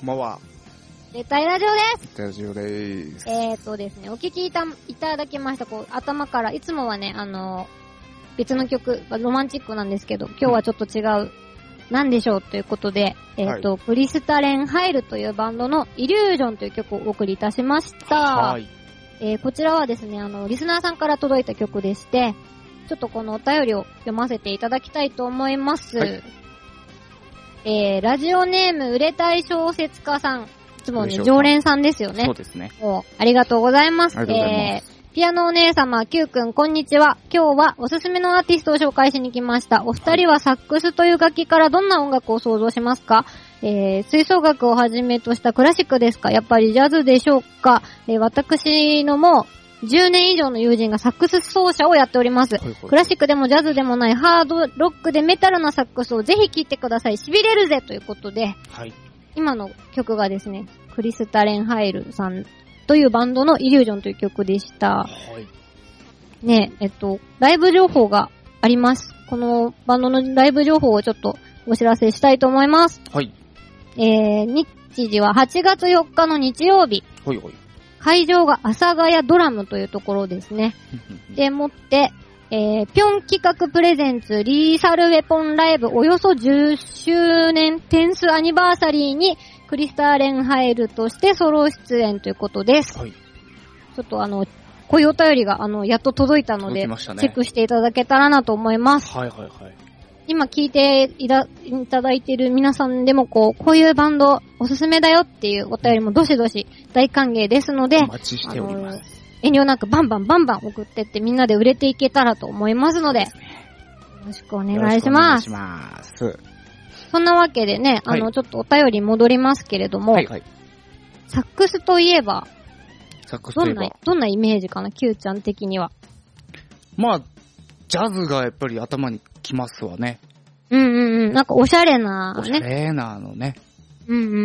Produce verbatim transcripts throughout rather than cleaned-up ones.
こんばんは。 絶対ラジオです。 絶対ラジオでーす。 えーとですね、お聞きいた、いただきました、こう、頭から、いつもはね、あの、別の曲、ロマンチックなんですけど、今日はちょっと違う、なんでしょうということで、えーと、はい、クリスタレンハイルというバンドのイリュージョンという曲をお送りいたしました。はい。えー、こちらはですね、あの、リスナーさんから届いた曲でして、ちょっとこのお便りを読ませていただきたいと思います。はい、えー、ラジオネーム売れたい小説家さん。いつもね、常連さんですよね。 そうですね。 ありがとうございます。 ありがとうございます。 えー、ピアノお姉様、Q くん、こんにちは。今日はおすすめのアーティストを紹介しに来ました。お二人はサックスという楽器からどんな音楽を想像しますか？えー、吹奏楽をはじめとしたクラシックですか？やっぱりジャズでしょうか？えー、私のもじゅうねん以上の友人がサックス奏者をやっております。はいはい、クラシックでもジャズでもないハードロックでメタルなサックスをぜひ聴いてください。痺れるぜということで、はい、今の曲がですね、クリスタレンハイルさんというバンドのイリュージョンという曲でした。はい、ねえ、えっと、ライブ情報があります。このバンドのライブ情報をちょっとお知らせしたいと思います。はい。えー、日時ははちがつよっかの日曜日。はいはい。会場が阿佐ヶ谷ドラムというところですね。でもって、えー、ピョン企画プレゼンツリーサルウェポンライブおよそじゅっしゅうねんテンスアニバーサリーにクリスタレンハイルとしてソロ出演ということです。はい。ちょっとあの、こういうお便りがあの、やっと届いたので、ね、チェックしていただけたらなと思います。はいはいはい。今聞いていた、いただいている皆さんでもこう、こういうバンドおすすめだよっていうお便りもどしどし大歓迎ですので、お待ちしております。遠慮なくバンバンバンバン送ってってみんなで売れていけたらと思いますので、よろしくお願いします。お願いします。そんなわけでね、あの、はい、ちょっとお便り戻りますけれども、はいはい、サックスといえば、サックスといえばどんな、どんなイメージかな、Q ちゃん的には。 まあ、ジャズがやっぱり頭にきますわね。 うんうんうん。なんかおしゃれな、ね。 おしゃれなのね。 うんうんうんうん。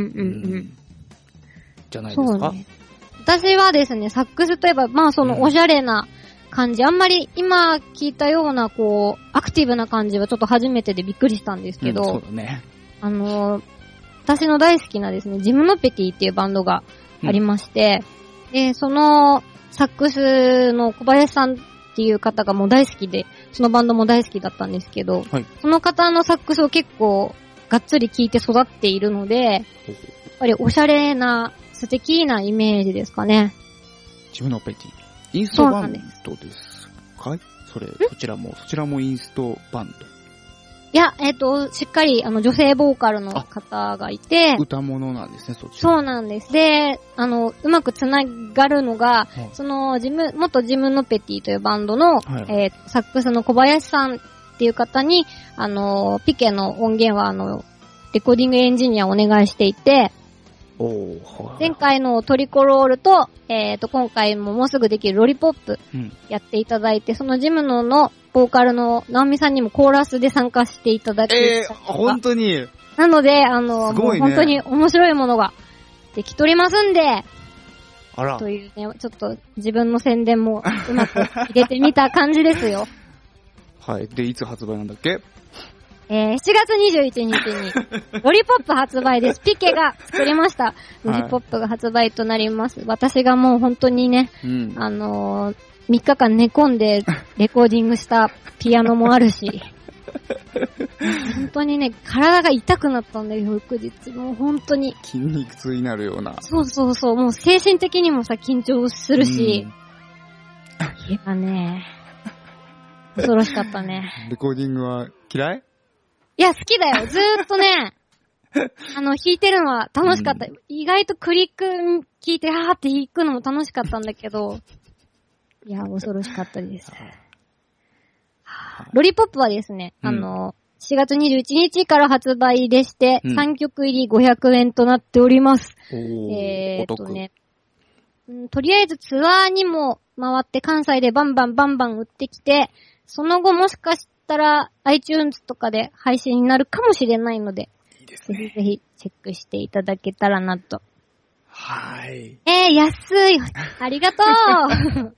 じゃないですか。 ね、私はですね、サックスといえば、まあそのおしゃれな感じ、うん、あんまり今聞いたようなこう、アクティブな感じはちょっと初めてでびっくりしたんですけど、うん、 そうだね。 あのー、私の大好きなですね、ジムノペティっていうバンドがありまして、うん、で、そのサックスの小林さんっていう方がもう大好きで、そのバンドも大好きだったんですけど、はい、その方のサックスを結構がっつり聴いて育っているので、やっぱりおしゃれな素敵なイメージですかね。 ジムノペティ。インストバンドですか？それ、そちらも、そちらもインストバンド。 いや、えっと、しっかり、あの、女性ボーカルの方がいて。 歌物なんですね、そっち。 そうなんです。で、あの、うまくつながるのが、はい、その、ジム、元ジムノペティというバンドの、はい、えー、サックスの小林さんっていう方に、あの、ピケの音源は、あの、レコーディングエンジニアをお願いしていて、おー、はい、前回のトリコロールと、えっと、今回ももうすぐできるロリポップやっていただいて、うん、そのジムノのボーカルのナオミさんにもコーラスで参加していただきました。 えー、本当になので、あの、ね、もう本当に面白いものができとりますんで、あら。というね、ちょっと自分の宣伝もうまく入れてみた感じですよ。 はい。で、いつ発売なんだっけ？ えー、しちがつにじゅういちにちに、ロリポップ発売です。ピケが作りました。ロリポップが発売となります。はい、私がもう本当にね、うん、あのー、みっかかん寝込んでレコーディングしたピアノもあるし、本当にね、体が痛くなったんだよ、翌日。もう本当に。 筋肉痛になるような。 そうそうそう、もう精神的にもさ、緊張するし、うん、いやね、恐ろしかったね。 レコーディングは嫌い？ いや、好きだよ。ずーっとね、あの、弾いてるのは楽しかった。うん、意外とクリック聞いて、はーって弾くのも楽しかったんだけど、いや、恐ろしかったです。ロリポップはですね、うん、あの、しがつにじゅういちにちから発売でして、うん、さんきょく入りごひゃくえんとなっております。えーっとね、うん、とりあえずツアーにも回って関西でバンバンバンバン売ってきて、その後もしかしたら iTunes とかで配信になるかもしれないので、いいですね、ぜひぜひチェックしていただけたらなと。 はい。 えー、安い。ありがとう。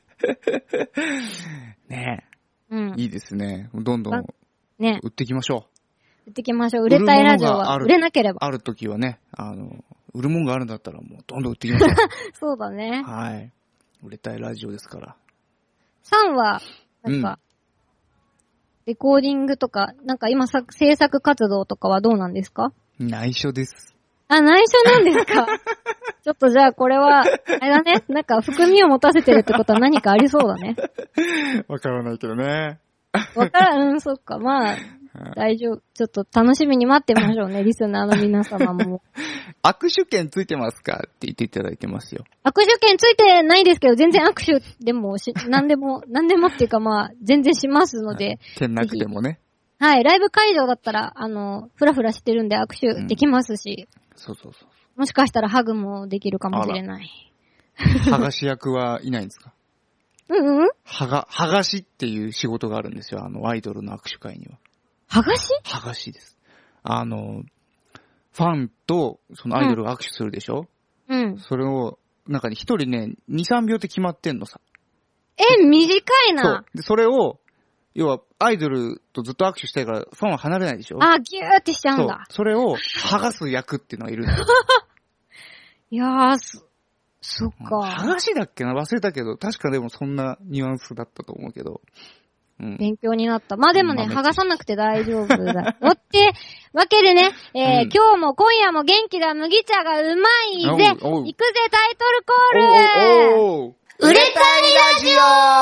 ねえ、うん。いいですね。どんどんね、売っていきましょう。 売っていきましょう。売れたいラジオは売れなければ。 ある時はね、あの、 売るもんがあるんだったらもうどんどん売っていきましょう。 そうだね。 はい。売れたいラジオですから。 さんは、なんか、うん、レコーディングとか、なんか今さ制作活動とかはどうなんですか？ 内緒です。 あ、内緒なんですか？ちょっとじゃあこれは、あれだね。なんか含みを持たせてるってことは何かありそうだね。 わからないけどね。 わからん、うん、そっか。まあ、大丈夫。ちょっと楽しみに待ってましょうね、リスナーの皆様も。 握手券ついてますかって言っていただいてますよ。 握手券ついてないですけど、全然握手でもし、なんでも、なんでもっていうかまあ、全然しますので。 券なくてもね。 はい、ライブ会場だったら、あの、ふらふらしてるんで握手できますし。うん、 そうそうそう。 もしかしたらハグもできるかもしれない。 剥がし役はいないんですか？ うんうん。 はが、剥がしっていう仕事があるんですよ。あの、アイドルの握手会には。 剥がし？ 剥がしです。あの、ファンとそのアイドルが握手するでしょ？うん。それを、なんかね、一人ね、に、さんびょうって決まってんのさ。 え、短いな。 そう。で、それを、要は、アイドルとずっと握手したいから、ファンは離れないでしょ？ あ、ギューってしちゃうんだ。 そう。それを、剥がす役っていうのがいるんだよ。 いやー、そ、そっか。 剥がしだっけな？忘れたけど、確かでもそんなニュアンスだったと思うけど。 うん、勉強になった。まあでもね、剥がさなくて大丈夫だよってわけでね、えーうん、今日も今夜も元気だ麦茶がうまいぜ。行くぜタイトルコール。 おうおう売れたいラジ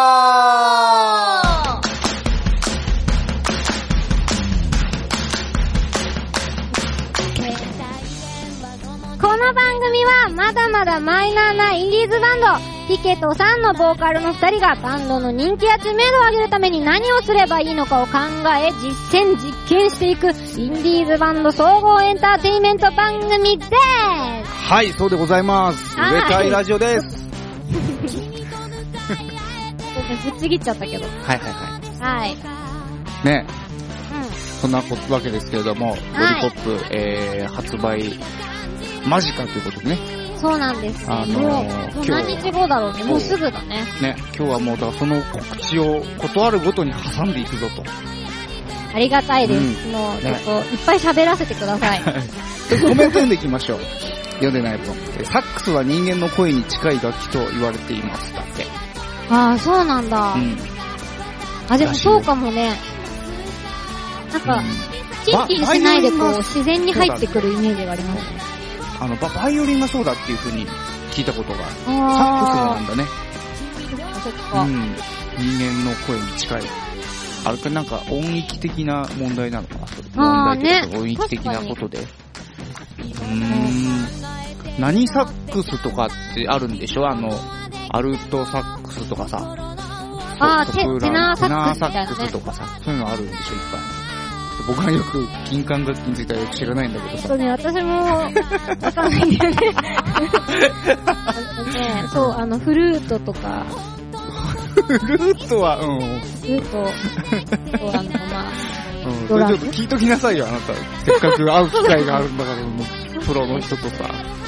オ。 この番組はまだまだマイナーなインディーズバンドピケとさんのボーカルのふたりがバンドの人気や知名度を上げるために何をすればいいのかを考え実践実験していくインディーズバンド総合エンターテインメント番組です。 はい、そうでございます。売れたいラジオです。 ぶっちぎっちゃったけど。 はいはいはい。 はい。 ね。うん。そんなわけですけれども、ロリポップ、えー、発売間近ということでね。 そうなんですね。あのー、もう、もう何日後だろうね。もうすぐだね。 ね、今日はもうだからその告知を断るごとに挟んでいくぞと。 ありがたいです。うん、もう、ちょっと、いっぱい喋らせてください。 コメント読んでいきましょう。読んでない分。サックスは人間の声に近い楽器と言われていますだって。 ああ、そうなんだ。うん。あ、でもそうかもね。なんか、うん、キンキンしないでこう、自然に入ってくるイメージがありますね。 あの、バ、バイオリンがそうだっていう風に聞いたことがある。サックスなんだね。 そっか。うん。 人間の声に近い。あれかなんか音域的な問題なのかな？ あーね。 音域的なことで。うーん。何サックスとかってあるんでしょ？あの、アルトサックスとかさ。 あー、テナーサックスみたいなね。テナーサックスとかさ。そういうのあるんでしょ？いっぱい。僕はよく金管楽器についてはよく知らないんだけどさ。 そうね、私もわかんないんだよね。あのね、そう、あの、フルートとか。 フルートは、うん。 フルート、そう、あの、まあ、 うん、それちょっと聞いときなさいよ、あなた。せっかく会う機会があるんだから、プロの人とさ。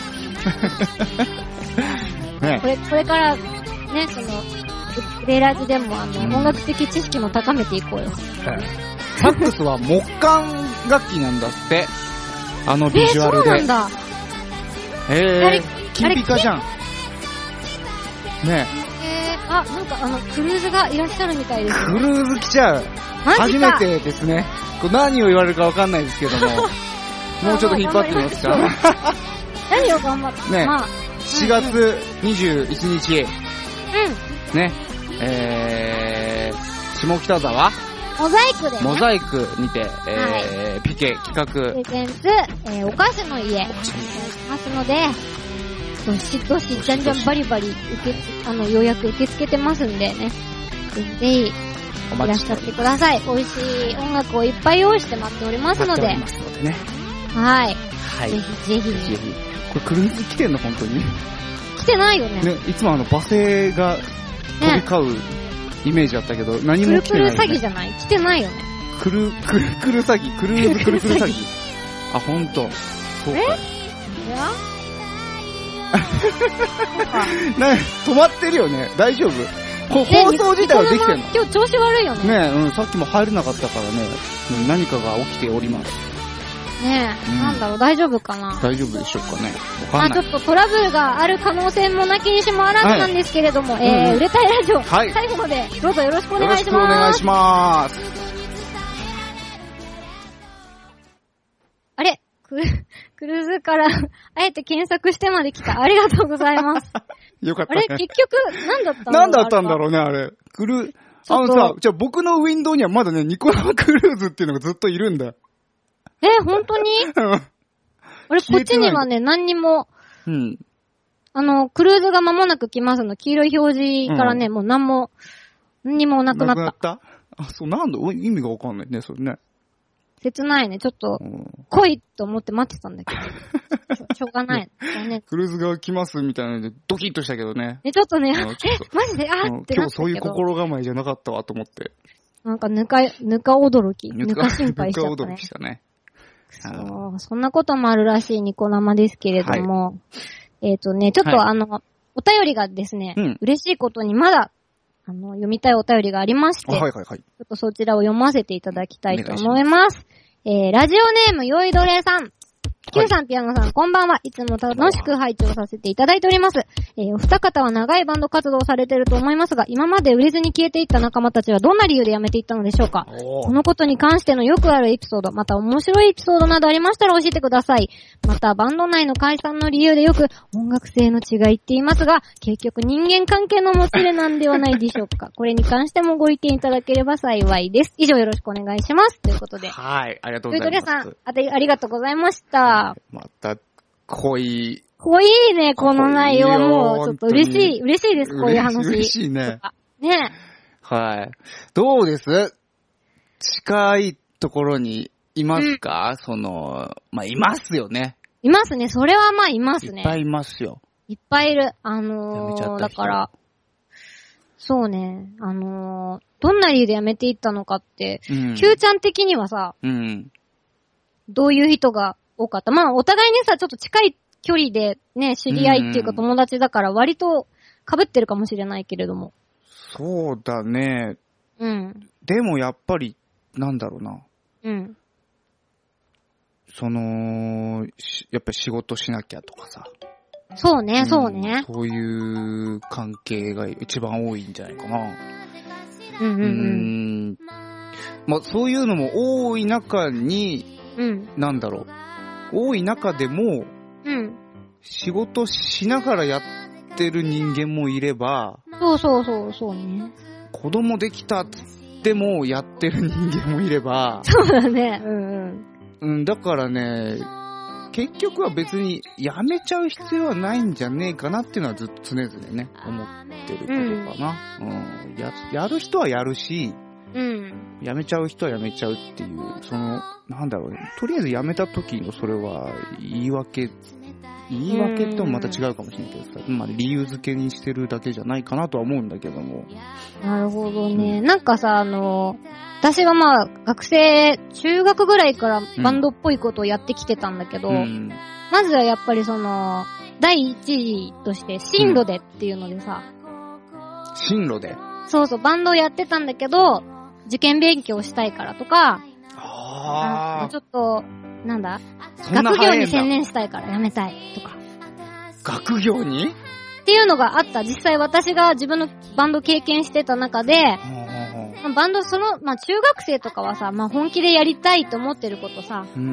ね、これ、これから、ね、その、レラジでも、あの、うん、音楽的知識も高めていこうよ。 はいサックスは木管楽器なんだって。あのビジュアルで。 えー、そうなんだ。 へえー、キンピカじゃん。ねえ。えー、あ、なんかあの、クルーズがいらっしゃるみたいです、ね。 クルーズ来ちゃう。初めてですね。これ何を言われるかわかんないですけども。もうちょっと引っ張ってみますか。 何を頑張って。 ね、まあ、しがつにじゅういちにち。 うん。 ね。えー、下北沢モザイクでね。 モザイクにて、えーはい、ピケ企画。 プレゼンツ、えー、お菓子の家。ますので、どしどし、じゃんじゃんバリバリ受け、あの、予約受け付けてますんでね。ぜひぜひ、いらっしゃってください。美味しい音楽をいっぱい用意して待っておりますので。待っておりますのでね。はい。はい。ぜひぜひ。ぜひ。 これクルーズ来てんの本当に？ 来てないよね。 ね、いつもあの、罵声が飛び交う、ね、イメージあったけど、何も来てない、ね。 くるくる詐欺じゃない？来てないよね。 くる、くるくる詐欺。クルーズくるくる詐欺。あ、ほんと。そうか。え？な、止まってるよね。大丈夫？こ放送自体はできてんの？ 今日調子悪いよね。 ねえ、うん、さっきも入れなかったからね、何かが起きております。 ねえ、うん、なんだろう、大丈夫かな。 大丈夫でしょうかね。わかんない。 まあちょっとトラブルがある可能性もなきにしもあらずなんですけれども、はい、えー、うん、売れたいラジオ、はい、最後までどうぞよろしくお願いします。よろしくお願いします。あれククルーズからあえて検索してまで来た。ありがとうございます。 よかったね。 あれ結局何だったの？ 何だったんだろうね、あれ。クルあのさ、じゃあ僕のウィンドウにはまだね、ニコ生クルーズっていうのがずっといるんだよ。 え、本当に？あれ、こっちにはね、何にも、うん。あの、クルーズが間もなく来ますの、黄色い表示からね、うん、もう何も、何にもなくなった。なくなった？ あ、そう、なんだ、意味がわかんないね、それね。 切ないね、ちょっと、来いと思って待ってたんだけど。しょ, しょうがない、 ね。クルーズが来ますみたいなので、ドキッとしたけどね。 え、ちょっとね、え、マジであーってなったけど。 今日そういう心構えじゃなかったわと思って。 なんか、ぬか、ぬか驚き。ぬか心配しちゃったね。ぬか驚きしたね。そう、そんなこともあるらしいニコ生ですけれども、はい、えっとね、ちょっと、はい、あの、お便りがですね、うん、嬉しいことにまだ、あの、読みたいお便りがありまして、はいはいはい、ちょっとそちらを読ませていただきたいと思います。えー、ラジオネームよいどれさん。Q さん、ピアノさん、こんばんは。いつも楽しく拝聴させていただいております。えー、お二方は長いバンド活動をされていると思いますが、今まで売れずに消えていった仲間たちはどんな理由で辞めていったのでしょうか？このことに関してのよくあるエピソード、また面白いエピソードなどありましたら教えてください。また、バンド内の解散の理由でよく音楽性の違いって言いますが、結局人間関係のもつれなんではないでしょうか？これに関してもご意見いただければ幸いです。以上よろしくお願いします。ということで。 はい、ありがとうございます。 さん、ありがとうございました。 また、濃い。 濃いね、この内容も。ちょっと嬉しい、嬉しいです、こういう話。 嬉しいね。 ね。 はい。どうです？近いところにいますか？うん、その、まあ、いますよね。 いますね、それはまあいますね。 いっぱいいますよ。 いっぱいいる。あのー、だから、そうね、あのー、どんな理由で辞めていったのかって、うん、Q ちゃん的にはさ、うん、どういう人が多かった？まあ、お互いにさ、ちょっと近い距離でね、知り合いっていうか友達だから割と被ってるかもしれないけれども。 そうだね。うん。でもやっぱり、なんだろうな。うん。その、やっぱり仕事しなきゃとかさ。 そうね、うん、そうね。 そういう関係が一番多いんじゃないかな。 うんうんうん。うーん、 まあ、そういうのも多い中に、うん、なんだろう。多い中でも、うん、仕事しながらやってる人間もいれば、 そうそうそうそうね。 子供できたってもやってる人間もいれば、 そうだね。うんうん。 うん、だからね、結局は別にやめちゃう必要はないんじゃねえかなっていうのはずっと常々ね、思ってることかな。うん、うん、や、やる人はやるし、うん、やめちゃう人はやめちゃうっていう、その、なんだろうね。とりあえずやめた時のそれは言い訳、言い訳ともまた違うかもしれないけどさ、まあ理由付けにしてるだけじゃないかなとは思うんだけども。 なるほどね。うん、なんかさ、あの、私はまあ学生、中学ぐらいからバンドっぽいことをやってきてたんだけど、うん、まずはやっぱりその、第一次として進路でっていうのでさ、 うん、進路でそうそう、バンドをやってたんだけど、受験勉強したいからとか、 ああ。 ちょっと、なんだ学業に専念したいからやめたいとか。 学業にっていうのがあった。実際私が自分のバンド経験してた中で、バンドその、まあ中学生とかはさ、まあ本気でやりたいと思ってることさ、うんうん、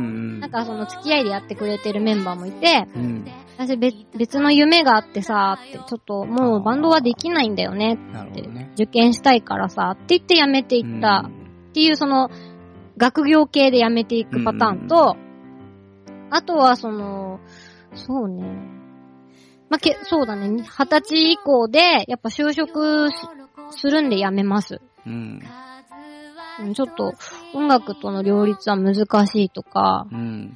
なんかその付き合いでやってくれてるメンバーもいて、うん、私別、別の夢があってさ、って、ちょっともうバンドはできないんだよねって、ね、受験したいからさ、って言ってやめていったっていうその、学業系で辞めていくパターンと、うんうん、あとはその、そうね。まあ、け、そうだね。二十歳以降で、やっぱ就職するんで辞めます。うん。ちょっと、音楽との両立は難しいとか、うん、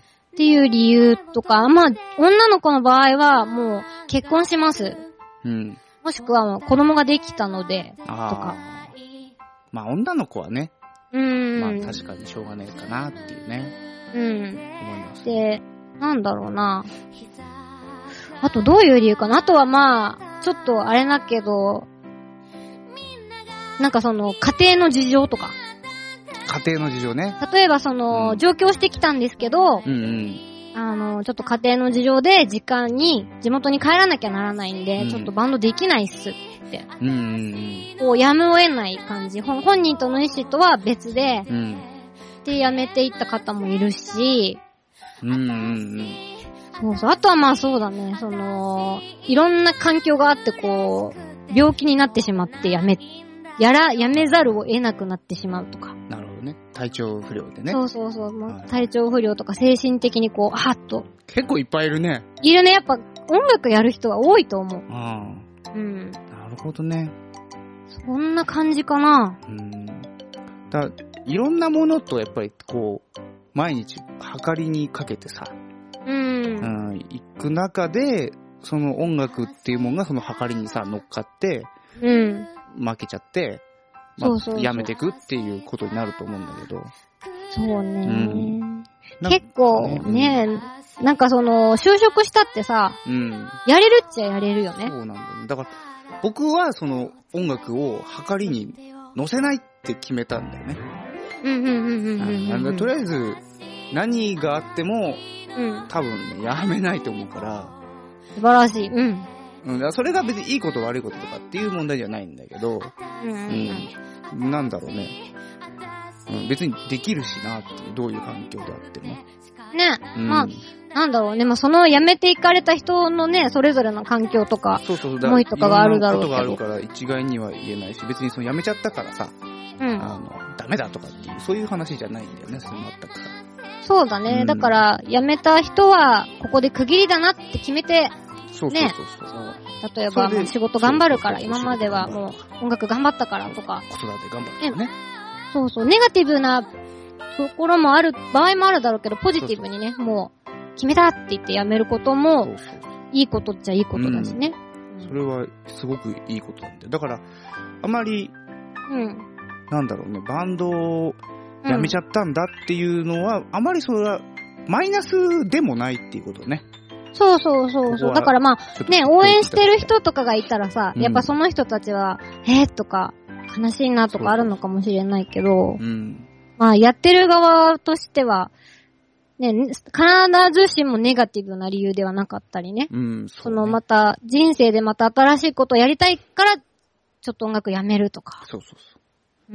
っていう理由とか、まあ、女の子の場合はもう結婚します。うん。もしくはもう子供ができたので、とか。 まあ、女の子はね、 うん。 まあ確かにしょうがないかなっていうね。 うん。思います。で、なんだろうな。あとどういう理由かな。あとはまあ、ちょっとあれだけど、なんかその家庭の事情とか。 家庭の事情ね。 例えばその、うん、上京してきたんですけど、 うんうん。 あの、ちょっと家庭の事情で時間に、地元に帰らなきゃならないんで、 うん、 ちょっとバンドできないっすって。 うんうんうん。 こう、やむを得ない感じ。本、本人との意思とは別で、 うん。 で、辞めていった方もいるし、 うんうんうん。 そうそう。あとはまあそうだね、その、いろんな環境があってこう、病気になってしまって辞め、やら、辞めざるを得なくなってしまうとか。 なるほどね。体調不良でね。 そうそうそう。まあはい、 体調不良とか精神的にこう、はっと。 結構いっぱいいるね。 いるね。やっぱ音楽やる人は多いと思う。 ああ。 うん。 なるほどね。 そんな感じかな。 うん。だいろんなものとやっぱりこう、毎日測りにかけてさ、 うん。 うん、行く中で、その音楽っていうものがその測りにさ、乗っかって、 うん。 負けちゃって、まあ、 そうそうそうやめていくっていうことになると思うんだけど。 そうね、 うん、 結構ね、うん、なんかその、就職したってさ、 うん、 やれるっちゃやれるよね。 そうなんだよね。だから、僕はその音楽を測りに乗せないって決めたんだよね。 うんうんうんうんうん。 とりあえず、何があっても、 うん、 多分ね、やめないと思うから。 素晴らしい。うん。 うん、それが別にいいこと悪いこととかっていう問題じゃないんだけど、 うんうんうん、なんだろうね、うん、別にできるしなっていう、どういう環境であっても。 ね、 うん、 まあ、なんだろうね、まあその辞めていかれた人のね、それぞれの環境とか、 そうそう、 思いとかがあるだろうけど。 いろんなことがあるから一概には言えないし、別にその辞めちゃったからさ、 うん、 あの、ダメだとかっていう、そういう話じゃないんだよね、それ全くさ。 そうだね、うん、だから、辞めた人は、ここで区切りだなって決めて、 そうそうそうそう。 ね、例えば、もう仕事頑張るから、今まではもう音楽頑張ったからとか。 子育て頑張るからね。 そうそう、ネガティブなところもある、場合もあるだろうけど、ポジティブにね、もう、決めたって言って辞めることも、そうそういいことっちゃいいことだしね。 うん、それは、すごくいいことなんだよ。だから、あまり、 うん。 なんだろうね、バンドを辞めちゃったんだっていうのは、うん、あまりそれは、マイナスでもないっていうことね。 そうそうそうそう。だからまあ、ね、応援してる人とかがいたらさ、うん、やっぱその人たちは、えーとか、悲しいなとかあるのかもしれないけど、 うん、 まあ、やってる側としては、ね、必ずしもネガティブな理由ではなかったりね。 うん、そうね。 そのまた、人生でまた新しいことをやりたいから、ちょっと音楽やめるとか。 そうそうそう。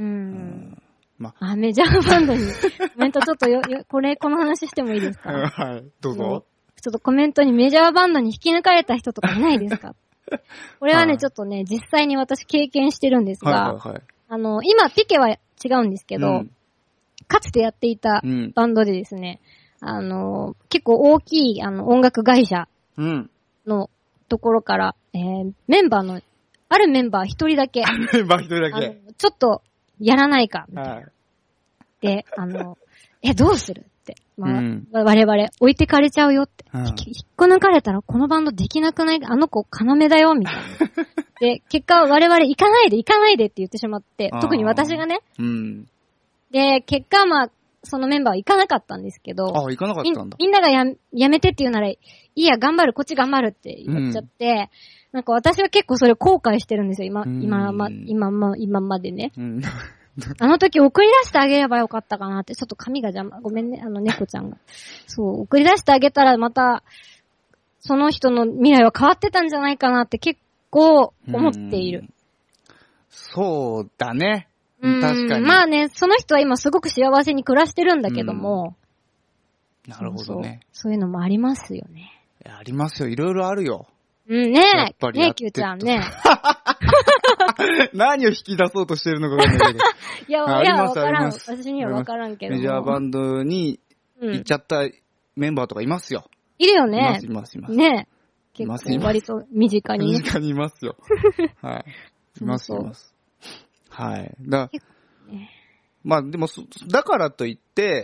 うん。うんまあ、メジャーバンドに、コメントちょっとよ、よ、これ、この話してもいいですか？ はい、どうぞ。 ちょっとコメントにメジャーバンドに引き抜かれた人とかいないですか？これはね、はい、ちょっとね、実際に私経験してるんですが、はいはいはい、あの、今、ピケは違うんですけど、うん、かつてやっていたバンドでですね、うん、あの、結構大きいあの音楽会社のところから、うん、えー、メンバーの、あるメンバー一人だけ、 メンバー一人だけ、 ちょっとやらないか、みたいな。はい、で、あの、え、どうするって。まあ、うん、我々、置いてかれちゃうよって。うん、引っこ抜かれたらこのバンドできなくない？あの子、要だよ、みたいな。で、結果、我々行かないで、行かないでって言ってしまって、特に私がね。 うん、 で、結果、まあ、そのメンバーは行かなかったんですけど。 ああ、行かなかったんだ。 み、みんながや、やめてって言うなら、いいや、頑張る、こっち頑張るって言っちゃって、うん、なんか私は結構それ後悔してるんですよ、今、今ま、今ま、今までね。 うんあの時送り出してあげればよかったかなって、ちょっと髪が邪魔、ごめんね、あの猫ちゃんが。そう、送り出してあげたらまた、その人の未来は変わってたんじゃないかなって結構思っている。 そうだね。確かに。 まあね、その人は今すごく幸せに暮らしてるんだけども。 なるほどねそう。そういうのもありますよね。 いや、ありますよ。いろいろあるよ。 うんねえ。やっぱりねえ、キューちゃんね。 何を引き出そうとしてるのかわかんないけど。 いや、いや、わからん。私にはわからんけど。 メジャーバンドに行っちゃったメンバーとかいますよ。 いるよね。 います、います、います。 ねえ。結構割と身近に。 身近にいますよ。はい。います、います。はい。だ、まあでも、だからといって、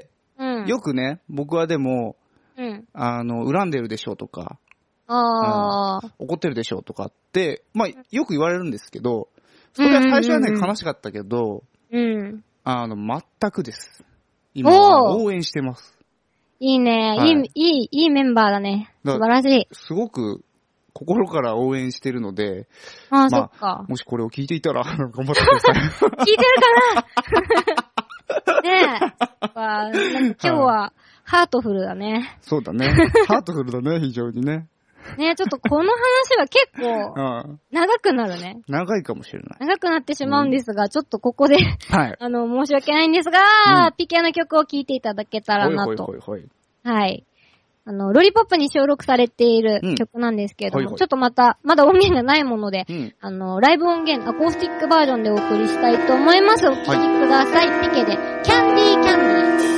よくね、僕はでも、あの、恨んでるでしょうとか、 あうん、怒ってるでしょとかって、まあ、よく言われるんですけど、それは最初はね、悲しかったけど、 うん。 あの、全くです。今は応援してます。 いいね、はい、いい、いい、いいメンバーだね。素晴らしい。 すごく、心から応援してるので、 ああ、まあ、そっか。 もしこれを聞いていたら、頑張ってください。 聞いてるかなねえ。今日は、はハートフルだね。 そうだね。ハートフルだね、非常にね。 ね、ちょっとこの話は結構、長くなるね。 長いかもしれない。 長くなってしまうんですが、うん、ちょっとここで、はい。あの、申し訳ないんですが、うん、ピケの曲を聴いていただけたらなと。ほいほいほいほい。はい。あの、ロリポップに収録されている曲なんですけれども、うん、ほいほいちょっとまた、まだ音源がないもので、うん、あの、ライブ音源、アコースティックバージョンでお送りしたいと思います。お聴きください。はい、ピケで、キャンディーキャンディー。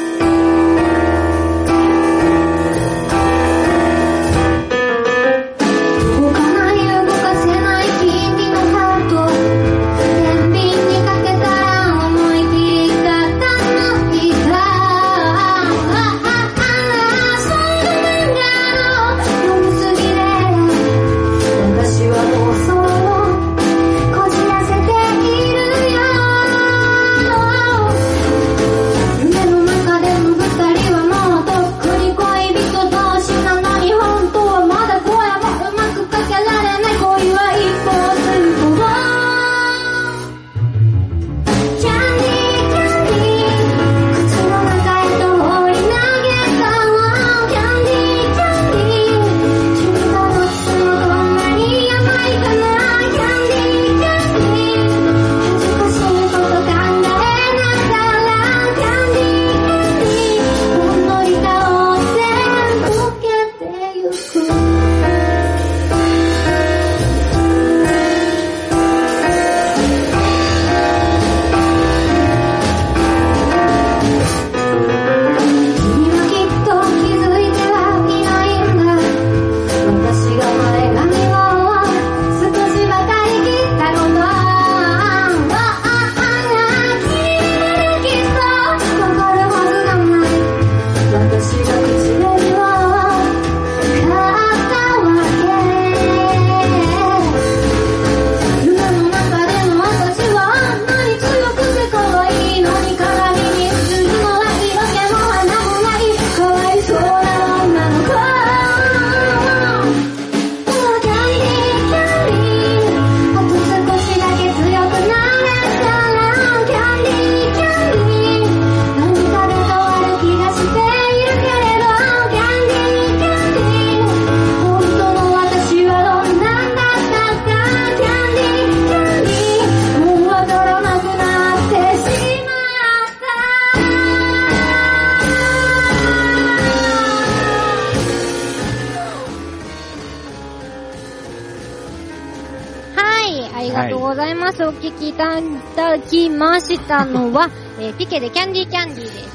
お聞きいただきましたのは、えー、ピケでキャンディーキャンディーでした。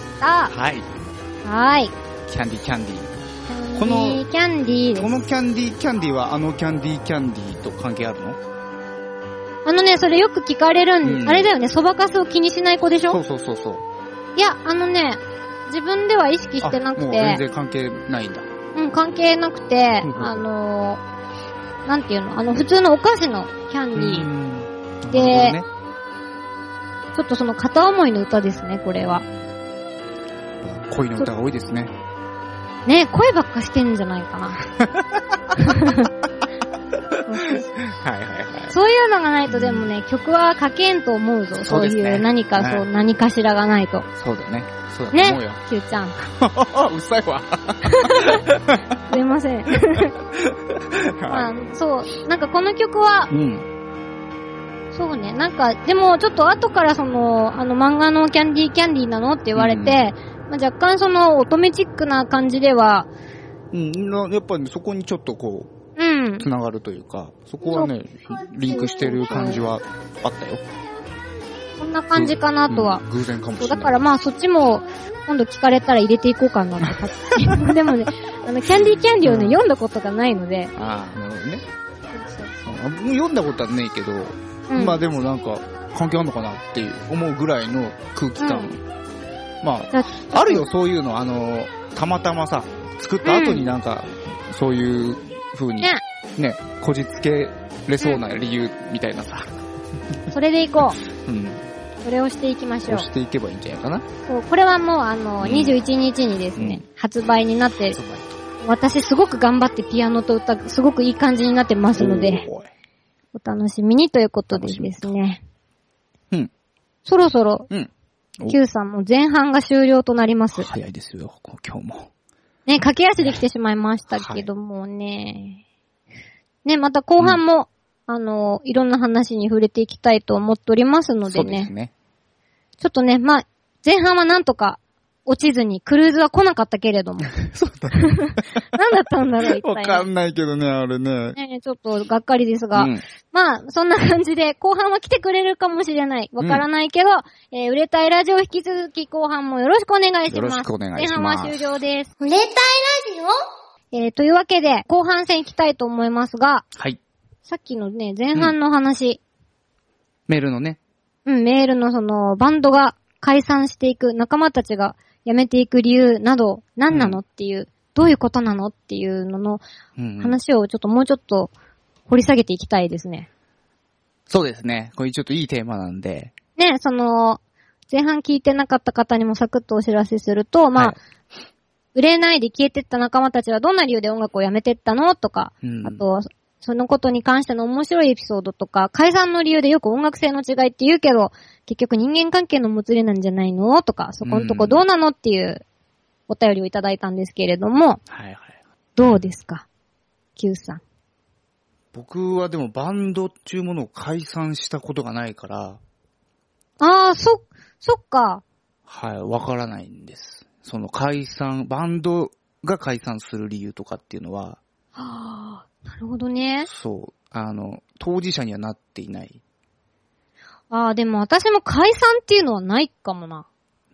はい。 はい。 キャンディーキャンディー。 このキャンディーです。 このキャンディーキャンディーはあのキャンディーキャンディーと関係あるの？ あのね、それよく聞かれるん、うん、あれだよね、そばかすを気にしない子でしょ？ そうそうそうそう。 いや、あのね、自分では意識してなくて。もう全然関係ないんだ。 うん、関係なくて、あのー、なんていうの、あの、普通のお菓子のキャンディー。で、ね、ちょっとその片思いの歌ですね、これは。 恋の歌が多いですね。 ね、恋ばっかしてんじゃないかな。 はいはいはい。 そういうのがないとでもね、曲は書けんと思うぞ。そう、ね、そういう何かそう、はい、何かしらがないと。 そうだね。そうだと思うよ。 ね、Q ちゃん。 うっさいわ。 すいません。まあ、そう、なんかこの曲は、うん、そうね、なんか、でもちょっと後からその、あの漫画のキャンディーキャンディーなのって言われて、うん、まあ、若干その乙女チックな感じでは、 うん、やっぱり、ね、そこにちょっとこう、うん、つながるというか、そこはね、リンクしてる感じはあったよ。 こんな感じかなとは。 うん、偶然かもしれない。 だからまあそっちも、今度聞かれたら入れていこうかなって。でもね、あの、キャンディーキャンディーをね、うん、読んだことがないので。 ああ、なるほどね。そうそう。読んだことはねえけど、うん、まあでもなんか、関係あんのかなっていう思うぐらいの空気感。うん、まあ、あるよ、そういうの。あの、たまたまさ、作った後になんか、うん、そういう風に、ね、ね、こじつけれそうな理由みたいなさ。 うん、それでいこう。 うん。 それをしていきましょう。 そうしていけばいいんじゃないかな。 そう、これはもうあの、うん、にじゅういちにちにですね、うん、発売になって、私すごく頑張ってピアノと歌、すごくいい感じになってますので、お楽しみにということでですね。 うん。 そろそろ、 うん。 Q さんも前半が終了となります。 早いですよ、今日も。 ね、駆け足で来てしまいましたけどもね。はい、ね、また後半も、うん、あの、いろんな話に触れていきたいと思っておりますのでね。そうですね。ちょっとね、まあ、前半はなんとか落ちずにクルーズは来なかったけれども。 そうだね。 何だったんだろう、一体、ね。 わかんないけどね、あれね。 ね、ちょっとがっかりですが。うん、まあ、そんな感じで、後半は来てくれるかもしれない。わからないけど、うん、えー、売れたいラジオ引き続き後半もよろしくお願いします。よろしくお願いします。前半は終了です。売れたいラジオえー、というわけで、後半戦行きたいと思いますが。はい。さっきのね、前半の話。 うん、メールのね。 うん、メールのその、バンドが解散していく、仲間たちが辞めていく理由など、何なのっていう、うん、どういうことなのっていうのの話をちょっともうちょっと掘り下げていきたいですね。 そうですね。これちょっといいテーマなんで。 ね、その、前半聞いてなかった方にもサクッとお知らせすると、まあ、はい、売れないで消えてった仲間たちはどんな理由で音楽を辞めてったのとか、うん、あと、そのことに関しての面白いエピソードとか、解散の理由でよく音楽性の違いって言うけど、結局人間関係のもつれなんじゃないのとか、そこのとこどうなのっていうお便りをいただいたんですけれども、はいはい、どうですか Q さん。 僕はでもバンドっていうものを解散したことがないから、 ああ、そ、そっか。 はい、わからないんです。その解散、バンドが解散する理由とかっていうのは、 はあ、なるほどね。 そう。あの、当事者にはなっていない。 ああ、でも私も解散っていうのはないかもな。 うん。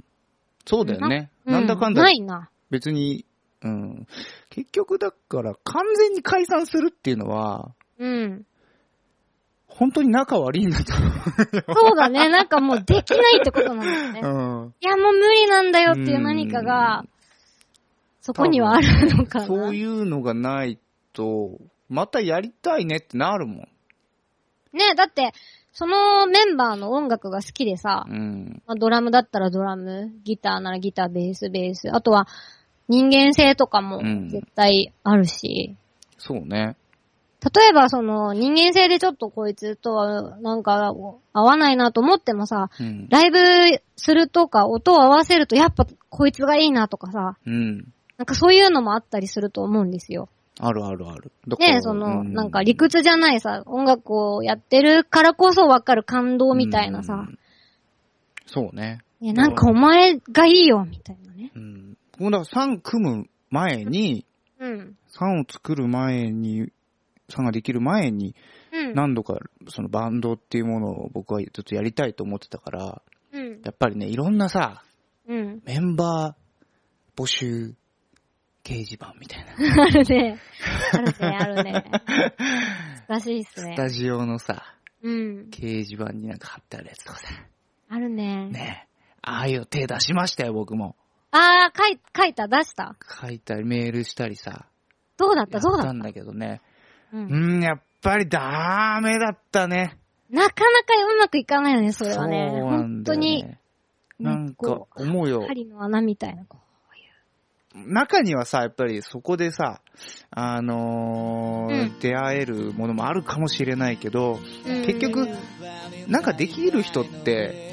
そうだよね。な, なんだかんだ。 ないな。 別に、うん。結局だから完全に解散するっていうのは、うん。本当に仲悪いんだと思う。 そうだね。なんかもうできないってことなんだよね。うん。いやもう無理なんだよっていう何かが、そこにはあるのかな。 そういうのがないと、またやりたいねってなるもん。 ねえ、だって、そのメンバーの音楽が好きでさ、うん、まあ、ドラムだったらドラム、ギターならギター、ベース、ベース、あとは人間性とかも絶対あるし。 うん、そうね。 例えばその人間性でちょっとこいつとはなんか合わないなと思ってもさ、うん、ライブするとか音を合わせるとやっぱこいつがいいなとかさ、うん、なんかそういうのもあったりすると思うんですよ。 あるあるある。 ねえ、その、うん、なんか理屈じゃないさ、音楽をやってるからこそわかる感動みたいなさ。うん、 そうね。 いや、なんかお前がいいよ、みたいなね。 うん。だからさん組む前に、うん。さんを作る前に、さんができる前に、うん、何度かそのバンドっていうものを僕はずっとやりたいと思ってたから、うん。やっぱりね、いろんなさ、うん。メンバー募集、掲示板みたいな。 あるね。あるね、あるね。懐かしいっすね。 スタジオのさ、うん。掲示板になんか貼ってあるやつとかさ。 あるね。 ねえ。ああいう手出しましたよ、僕も。 ああ、書い、書いた、出した書いたり、メールしたりさ。 どうだったどうだったやったんだけどね。うん、うん、やっぱりダメだったね。 なかなかうまくいかないよね、それはね。 そうなんだよね。 本当に。 なんか、思うよ。 針の穴みたいな。 中にはさ、やっぱりそこでさ、あのーうん、出会えるものもあるかもしれないけど、うん、結局、なんかできる人って、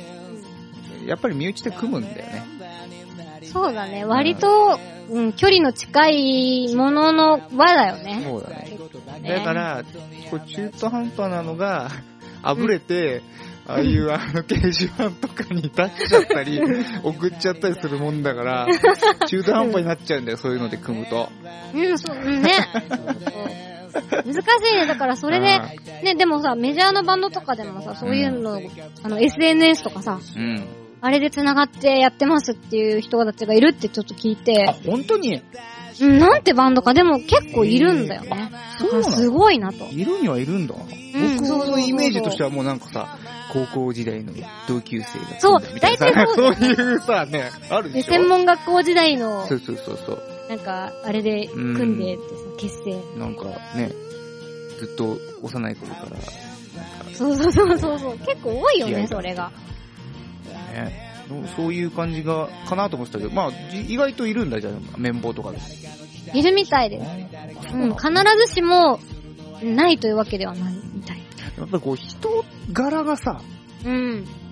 やっぱり身内で組むんだよね。 そうだね。割と、うん、距離の近いものの輪だよね。 そうだね。だから、こう中途半端なのが、あぶれて、うんああいうあの掲示板とかに出しちゃったり、送っちゃったりするもんだから、中途半端になっちゃうんだよ、そういうので組むと。 うん、そう、ね。難しいね。だからそれで、ね、でもさ、メジャーのバンドとかでもさ、そういうの、うん、あの、エスエヌエス とかさ、うん、あれで繋がってやってますっていう人たちがいるってちょっと聞いて。 あ、本当に？ うん、なんてバンドか、でも結構いるんだよね。そうすごいなと。 いるにはいるんだ。うん、僕のイメージとしてはもうなんかさ、高校時代の同級生がそう、大体そうそういうさ、ね、あるでしょ。 専門学校時代の、 そうそうそうそう。 なんか、あれで組んでってさ、結成。 なんかね、ずっと幼い頃から、なんか。 そうそうそうそうそう。結構多いよね、それが。 ね。そういう感じが、かなと思ってたけど、まあ、意外といるんだじゃん、綿棒とかで。 いるみたいです。うん、必ずしも、ないというわけではないみたい。 やっぱりこう、人柄がさ、うん。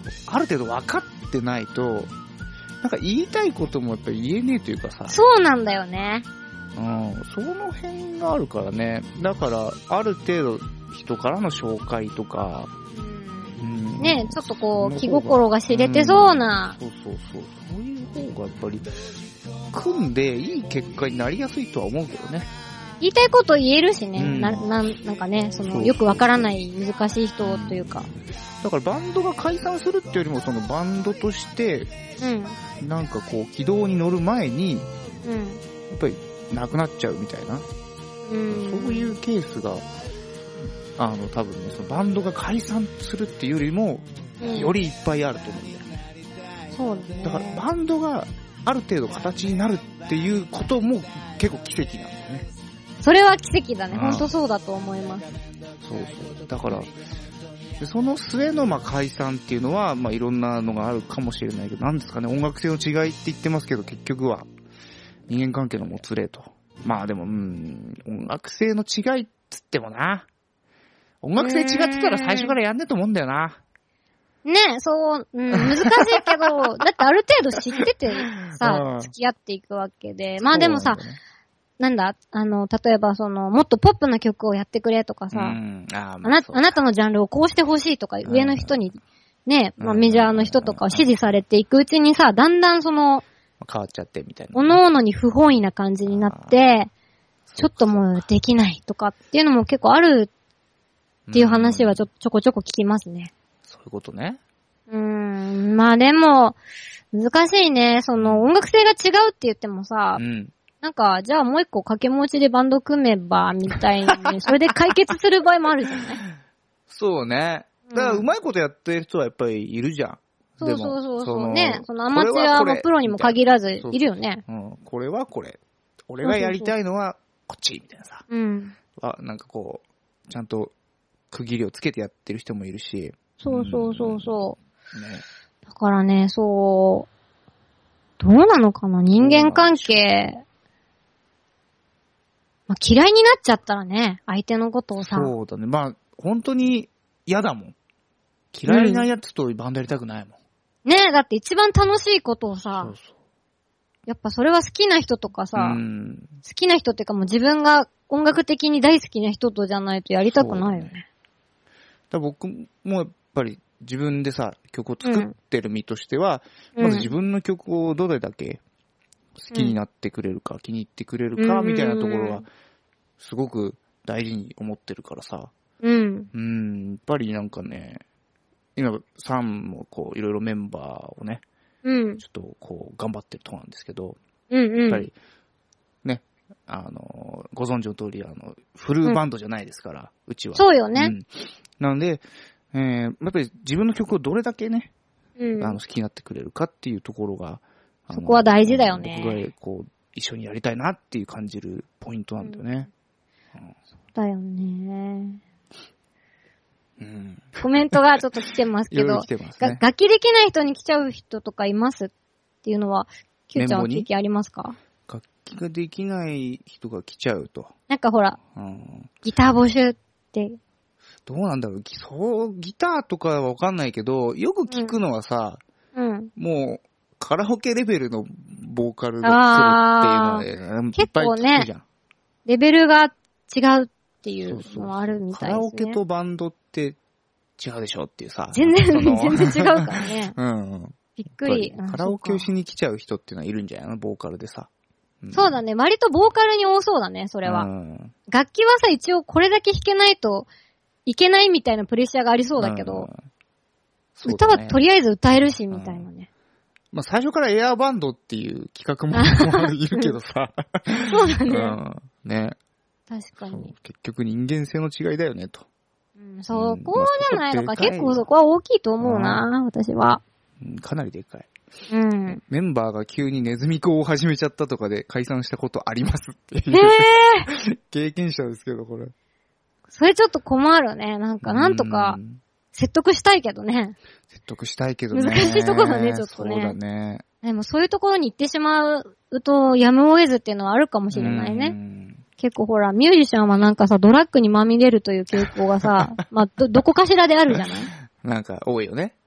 ある程度分かってないと、なんか言いたいこともやっぱり言えねえというかさ。 そうなんだよね。 うん、その辺があるからね。だから、ある程度人からの紹介とか、 うんうん、 ね、ちょっとこう、気心が知れてそうな、 うん。そうそうそう。そういう方がやっぱり、組んでいい結果になりやすいとは思うけどね。 言いたいこと言えるしね、 うん、 な、な、なんかね、その、 そうよくわからない難しい人というか。 だからバンドが解散するっていうよりも、そのバンドとして、 うん。 なんかこう、軌道に乗る前に、 うん。 やっぱり、なくなっちゃうみたいな。 うん。 そういうケースが、あの、多分ね、そのバンドが解散するっていうよりも、 うん、 よりいっぱいあると思うんだよね。 そうだね。 だからバンドがある程度形になるっていうことも結構奇跡なんだよね。 それは奇跡だね。ほんとそうだと思います。 そうそう。だから、その末のまあ解散っていうのは、まあいろんなのがあるかもしれないけど、なんですかね、音楽性の違いって言ってますけど、結局は人間関係のもつれと。まあでも、うん、音楽性の違いっつってもな。音楽性違ってたら最初からやんねえと思うんだよな。 ねえ、そう、うん、難しいけど、だってある程度知っててさ、付き合っていくわけで。まあでもさ、なんだ、あの、例えばその、もっとポップな曲をやってくれとかさ、うんああな、あなたのジャンルをこうしてほしいとか、上の人に、ね、まあメジャーの人とかを指示されていくうちにさ、だんだんその、 変わっちゃってみたいな。 おのおのに不本意な感じになって、ちょっともうできないとかっていうのも結構あるっていう話はちょ、ちょこちょこ聞きますね。 そういうことね。 うーん、まあでも、難しいね。その音楽性が違うって言ってもさ、うん、なんか、じゃあもう一個掛け持ちでバンド組めば、みたいに、それで解決する場合もあるじゃないそうね。だから、うまいことやってる人はやっぱりいるじゃん。 そうそうそうそう。ね。そのアマチュアもプロにも限らず、いるよね。 うん。これはこれ。俺がやりたいのは、こっち、みたいなさ。うん。あ、なんかこう、ちゃんと区切りをつけてやってる人もいるし。 そうそうそうそう。ね。だからね、そう、どうなのかな、人間関係。まあ、嫌いになっちゃったらね、相手のことをさ。 そうだね。まあ、本当に嫌だもん。嫌いなやつとバンドやりたくないもん。 うん、ねえ、だって一番楽しいことをさ、そうそう、やっぱそれは好きな人とかさ、うん、好きな人っていうかもう自分が音楽的に大好きな人とじゃないとやりたくないよね。 だ僕もやっぱり自分でさ、曲を作ってる身としては、うん、まず自分の曲をどれだけ好きになってくれるか、うん、気に入ってくれるか、みたいなところは、すごく大事に思ってるからさ。うん。うん、やっぱりなんかね、今、さんもこう、いろいろメンバーをね、うん。ちょっとこう、頑張ってるとこなんですけど、うんうん。やっぱり、ね、あの、ご存知の通り、あの、フルバンドじゃないですから、うん、うちは。 そうよね。うん。 なので、えー、やっぱり自分の曲をどれだけね、うん、あの好きになってくれるかっていうところが、 そこは大事だよね。 僕がこう一緒にやりたいなっていう感じるポイントなんだよね。 うんうん、そうだよね。うん、コメントがちょっと来てますけど、いろいろ来てますね、楽器できない人に来ちゃう人とかいますっていうのは、キューちゃんは経験ありますか？ 楽器ができない人が来ちゃうと。 なんかほら、うん、ギター募集って。 どうなんだろう、そう、ギターとかはわかんないけど、よく聞くのはさ、うんうん、もう、カラオケレベルのボーカルが来るっていうので、 結構ね、レベルが違うっていうのはあるみたいですね。 カラオケとバンドって違うでしょっていうさ。 全然、全然違うからね。うん。びっくり。 カラオケをしに来ちゃう人っていうのはいるんじゃないの？ボーカルでさ。 うん、そうだね。割とボーカルに多そうだね、それは。うん、楽器はさ、一応これだけ弾けないといけないみたいなプレッシャーがありそうだけど、うん、歌はとりあえず歌えるし、みたいなね。 まあ最初からエアーバンドっていう企画もいるけどさ。 そうだね。うん、 ね。 確かに。 結局人間性の違いだよね、と。 うん、そこじゃないのか。結構そこは大きいと思うな、私は。 うん、かなりでかい。うん。メンバーが急にネズミ講を始めちゃったとかで解散したことありますっていう。へー経験者ですけど、これ。 それちょっと困るね。なんか、なんとか、説得したいけどね。 説得したいけどね。 難しいところだね、ちょっとね。 そうだね。 でもそういうところに行ってしまうと、やむを得ずっていうのはあるかもしれないね。結構ほら、ミュージシャンはなんかさ、ドラッグにまみれるという傾向がさ、まあ、ど、どこかしらであるじゃない？ なんか、多いよね。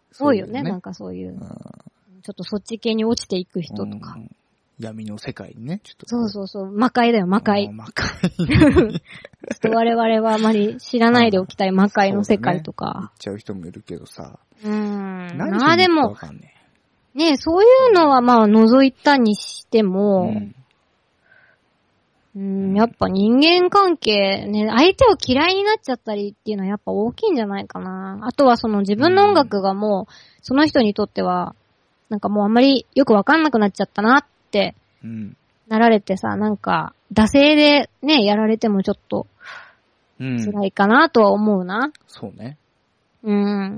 多いよね、なんかそういう。うん、ちょっとそっち系に落ちていく人とか。うん、 闇の世界にね、ちょっと。 そうそうそう、魔界だよ、魔界。 魔界。 ちょっと我々はあまり知らないでおきたい魔界の世界とか。 ね、言っちゃう人もいるけどさ。 うーん。 何まあでも、ね、そういうのはまあ除いたにしても、うんうん、やっぱ人間関係ね、相手を嫌いになっちゃったりっていうのはやっぱ大きいんじゃないかな。あとはその自分の音楽がもう、その人にとっては、なんかもうあんまりよくわかんなくなっちゃったなってなられてさ、なんか、惰性でね、やられてもちょっと、辛いかなとは思うな。うん、 そうね。 うん。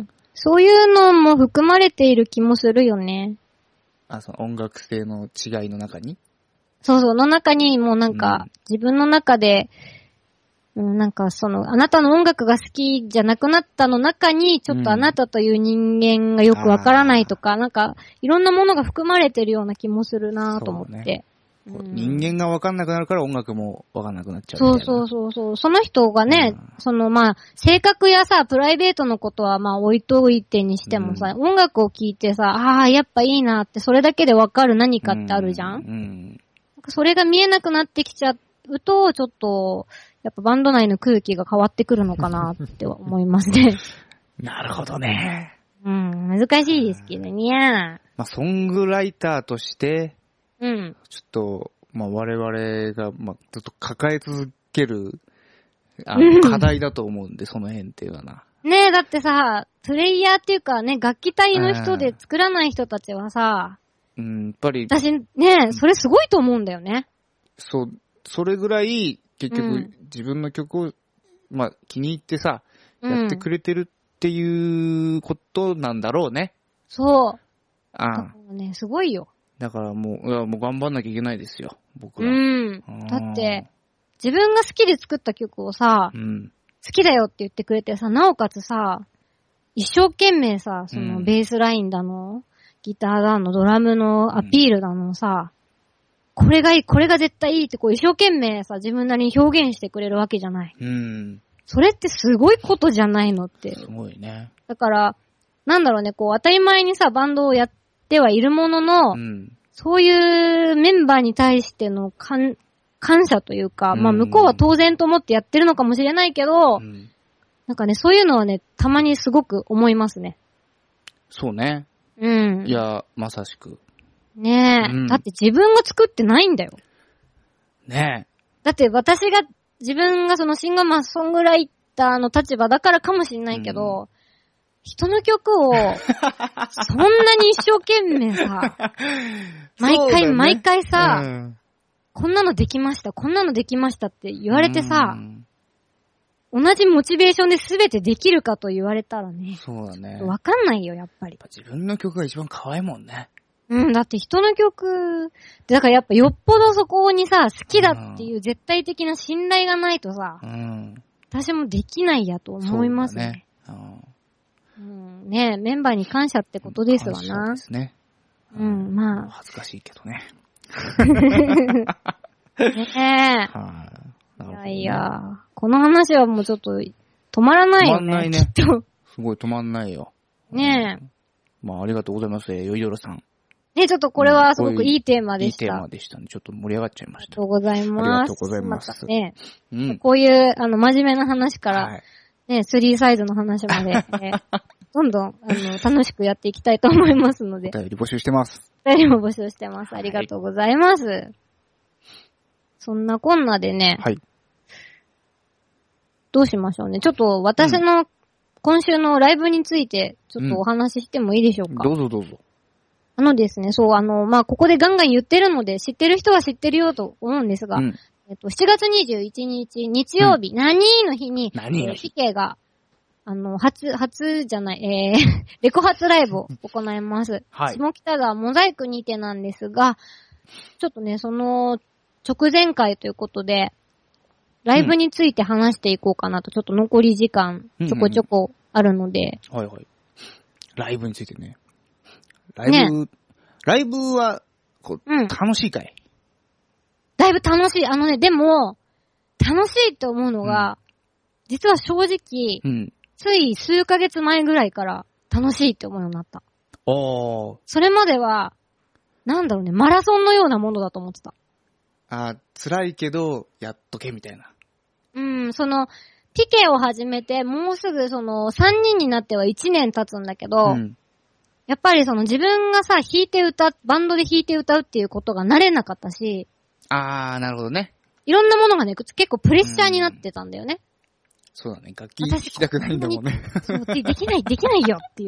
そういうのも含まれている気もするよね。 あ、その音楽性の違いの中に？ そうそう、の中にもうなんか、うん、自分の中で、うん、なんかその、あなたの音楽が好きじゃなくなったの中に、ちょっとあなたという人間がよくわからないとか、うん、なんか、いろんなものが含まれてるような気もするなと思って。ねうん、人間がわかんなくなるから音楽もわかんなくなっちゃうみたいな。 そうそうそうそう。その人がね、うん、そのまあ、性格やさ、プライベートのことはまあ置いといてにしてもさ、うん、音楽を聴いてさ、ああ、やっぱいいなって、それだけでわかる何かってあるじゃん、うんうんそれが見えなくなってきちゃうと、ちょっと、やっぱバンド内の空気が変わってくるのかなって思いますね。 なるほどね。 うん、難しいですけどね。 まあ、ソングライターとして、 うん。 ちょっと、まあ、我々が、まあ、ずっと抱え続ける、あの、課題だと思うんで、その辺っていうのはな。 ねえ、だってさ、プレイヤーっていうかね、楽器隊の人で作らない人たちはさ、 うん、やっぱり。 私、ね、それすごいと思うんだよね。 そう、それぐらい、結局、うん、自分の曲を、まあ、気に入ってさ、やってくれてるっていうことなんだろうね。 そう。 ああ。 ね、すごいよ。 だからもう、いや、もう頑張んなきゃいけないですよ、僕は。 うん。だって、自分が好きで作った曲をさ、うん、好きだよって言ってくれてさ、なおかつさ、一生懸命さ、その、ベースラインだの、うんギターだの、ドラムのアピールだのさ、うん、これがいい、これが絶対いいってこう一生懸命さ、自分なりに表現してくれるわけじゃない。 うん。 それってすごいことじゃないのって。 すごいね。 だから、なんだろうね、こう当たり前にさ、バンドをやってはいるものの、うん、そういうメンバーに対しての感、感謝というか、うん、まあ向こうは当然と思ってやってるのかもしれないけど、うん、なんかね、そういうのはね、たまにすごく思いますね。 そうね。 うん。 いや、まさしく。 ねえ、うん。だって自分が作ってないんだよ。 ねえ。 だって私が、自分がそのシンガーソングライターの立場だからかもしれないけど、うん、人の曲を、そんなに一生懸命さ、毎回、ね、毎回さ、うん、こんなのできました、こんなのできましたって言われてさ、うん同じモチベーションで全てできるかと言われたらね。 そうだね。 わかんないよ、やっぱり。 自分の曲が一番可愛いもんね。 うん、だって人の曲、だからやっぱよっぽどそこにさ、好きだっていう絶対的な信頼がないとさ、うん、私もできないやと思いますね。そうだね。うん、ねえ、メンバーに感謝ってことですわな。 感謝ですね。 うん、まあ。 恥ずかしいけどね。 ねえ。はい、いやいや、この話はもうちょっと止まらないよね。止まんないね。きっとすごい止まんないよ。 ねえ。 まあありがとうございます、よいどろさん。 ねちょっとこれはすごくいいテーマでした。 いいテーマでしたね。ちょっと盛り上がっちゃいました。 ありがとうございます。 ありがとうございます。またね、うん、こういう、あの、真面目な話から、はい、ね、スリーサイズの話まで、ね、どんどん、あの、楽しくやっていきたいと思いますので。 お便り募集してます。 お便りも募集してます。ありがとうございます。はい、そんなこんなでね、はい。どうしましょうね。ちょっと私の今週のライブについてちょっとお話ししてもいいでしょうか。 うん、どうぞどうぞ。 あのですね、そう、あの、まあ、ここでガンガン言ってるので、知ってる人は知ってるよと思うんですが、うん、えっと、しちがつにじゅういちにち、日曜日、うん、何の日に、 何の日、 ピケが、あの、初、初じゃない、えー、レコ発ライブを行います。はい。下北沢モザイクにてなんですが、ちょっとね、その、直前回ということで、ライブについて話していこうかなと、ちょっと残り時間、ちょこちょこあるので。 うんうんうん、はいはい。ライブについてね。ライブ、ね、ライブは、こう、うん、楽しいかい？ ライブ楽しい。あのね、でも、楽しいって思うのが、うん、実は正直、うん、つい数ヶ月前ぐらいから、 楽しいって思うようになった。 おー。 それまでは、なんだろうね、マラソンのようなものだと思ってた。 あー、辛いけど、やっとけみたいな。 うん、その、ピケを始めて、もうすぐその、さんにんになってはいちねん経つんだけど、うん、やっぱりその自分がさ、弾いて歌、バンドで弾いて歌うっていうことが慣れなかったし、 あー、なるほどね。 いろんなものがね、結構プレッシャーになってたんだよね。 そうだね、楽器弾きたくないんだもんね。 そうで、できない、できないよっていう。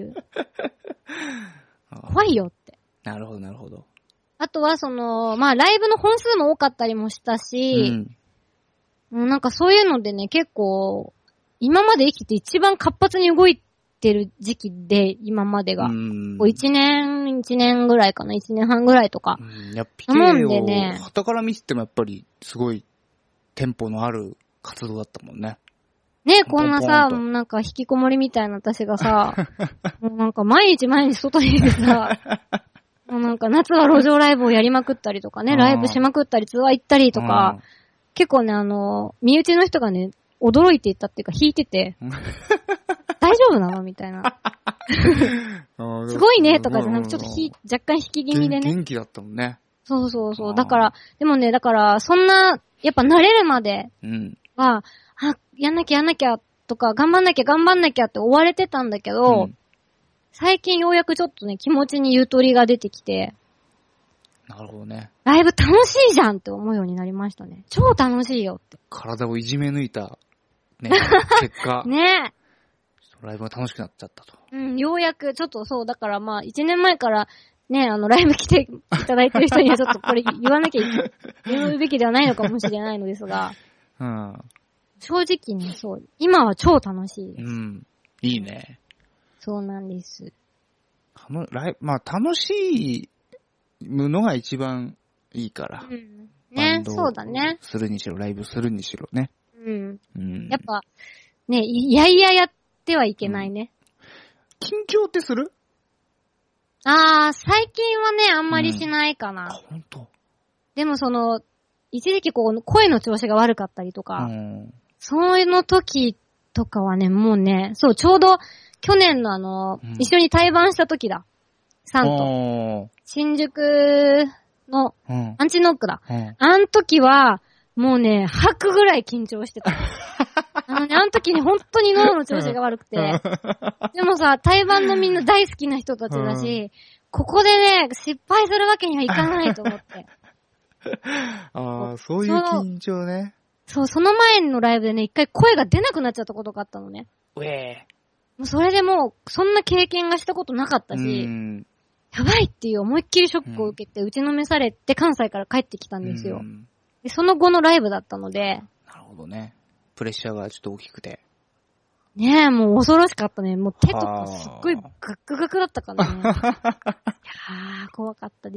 怖いよって。 なるほど、なるほど。 あとはその、まあライブの本数も多かったりもしたし、うんもうなんかそういうのでね、結構、今まで生きて一番活発に動いてる時期で、今までが。こういちねん、いちねんぐらいかな、いちねんはんぐらいとか。 うん、やっぱピケを、旗から見ててもやっぱり、すごい、テンポのある活動だったもんね。 ねえ、こんなさ、なんか引きこもりみたいな私がさ、もうなんか毎日毎日外にいてさ、もうなんか夏は路上ライブをやりまくったりとかね、ライブしまくったり、ツアー行ったりとか、結構ね、あの、身内の人がね、驚いていたっていうか、弾いてて、大丈夫なのみたいな。すごいねとかじゃなく、ちょっとひ若干引き気味でね。 元気だったもんね。 そうそうそう。だから、でもね、だから、そんな、やっぱ慣れるまでは、うん、あ、やんなきゃやんなきゃとか、頑張んなきゃ頑張んなきゃって追われてたんだけど、うん、最近ようやくちょっとね、気持ちにゆとりが出てきて、 なるほどね。 ライブ楽しいじゃんって思うようになりましたね。超楽しいよって。 体をいじめ抜いた、ね、結果。 ねえ。ライブが楽しくなっちゃったと。 うん、ようやく、ちょっとそう、だからまあ、一年前から、ね、あの、ライブ来ていただいてる人にはちょっとこれ言わなきゃいけ、言うべきではないのかもしれないのですが、 うん。 正直ね、そう、今は超楽しいです。 うん。いいね。 そうなんです。 あの、ライブ、まあ、楽しい、のが一番いいから。 うん。ね、そうだね。 するにしろ、ライブするにしろね。 うん。うん、やっぱ、ね、いやいややってはいけないね。 うん、緊張ってする？ あー、最近はね、あんまりしないかな。うん、 あ、ほんと？ でもその、一時期こう、声の調子が悪かったりとか、うん、そういうの時とかはね、もうね、そう、ちょうど、去年のあの、うん、一緒に対バンした時だ。さんと。新宿の、アンチノックだ。うん、あん時は、もうね、吐くぐらい緊張してた。あのね、あん時に本当に喉の調子が悪くて。でもさ、対バンのみんな大好きな人たちだし、うん、ここでね、失敗するわけにはいかないと思って。 ああ、そういう緊張ね。 そう、その前のライブでね、一回声が出なくなっちゃったことがあったのね。 うえー。 もうそれでもう、そんな経験がしたことなかったし、うんやばいっていう思いっきりショックを受けて、打ちのめされて関西から帰ってきたんですよ。うん、でその後のライブだったので。 なるほどね。プレッシャーがちょっと大きくて。 ねえ、もう恐ろしかったね。もう手とかすっごいガックガクだったからね。いやー、怖かったです。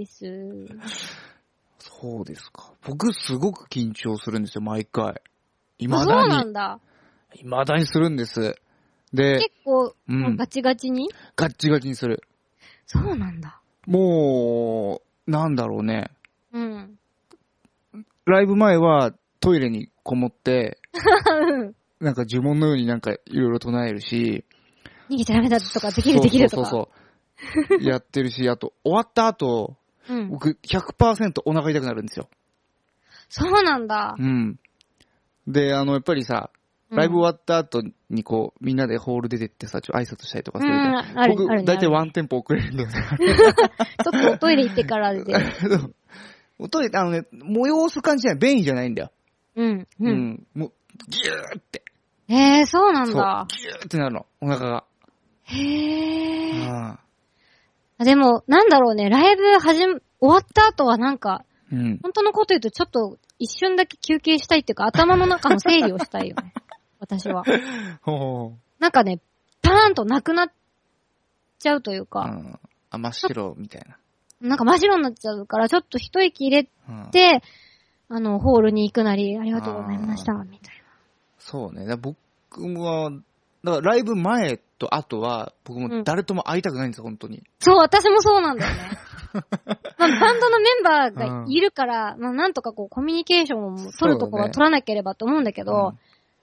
そうですか。僕すごく緊張するんですよ、毎回。未だに。 そうなんだ。 未だにするんです。で、 結構、うん、ガチガチにガッチガチにする。 そうなんだ。 もう、なんだろうね。 うん。 ライブ前はトイレにこもって、なんか呪文のようになんかいろいろ唱えるし、 逃げちゃダメだとか、できるできるとか。 そうそうそうそう。やってるし、あと、終わった後、うん、僕 ひゃくパーセント お腹痛くなるんですよ。 そうなんだ。 うん。で、あの、やっぱりさ、ライブ終わった後にこう、みんなでホール出てってさ、ちょっと挨拶したりとかするじゃん。うん、僕、だいたいワンテンポ遅れるんだよね。 ちょっとおトイレ行ってからで。 おトイレ、あのね、催す感じじゃない、便意じゃないんだよ。 うん。うん。うん、 もう、ギューって。 へー、そうなんだ。 そう、ギューってなるの、お腹が。 へー。ああでも、なんだろうね、ライブ始め、終わった後はなんか、うん、本当のこと言うとちょっと一瞬だけ休憩したいっていうか、頭の中の整理をしたいよね。私は。 ほうなんかね、パーンとなくなっちゃうというか。 うん、あ、真っ白みたいな。 なんか真っ白になっちゃうから、ちょっと一息入れて、うん、あの、ホールに行くなり、ありがとうございました、みたいな。そうね。 だ僕は、だからライブ前と後は、僕も誰とも会いたくないんですよ、うん、本当に。 そう、私もそうなんだよね。まあ、バンドのメンバーがいるから、うん、まあ、なんとかこう、コミュニケーションを取るところは取らなければと思うんだけど、うん、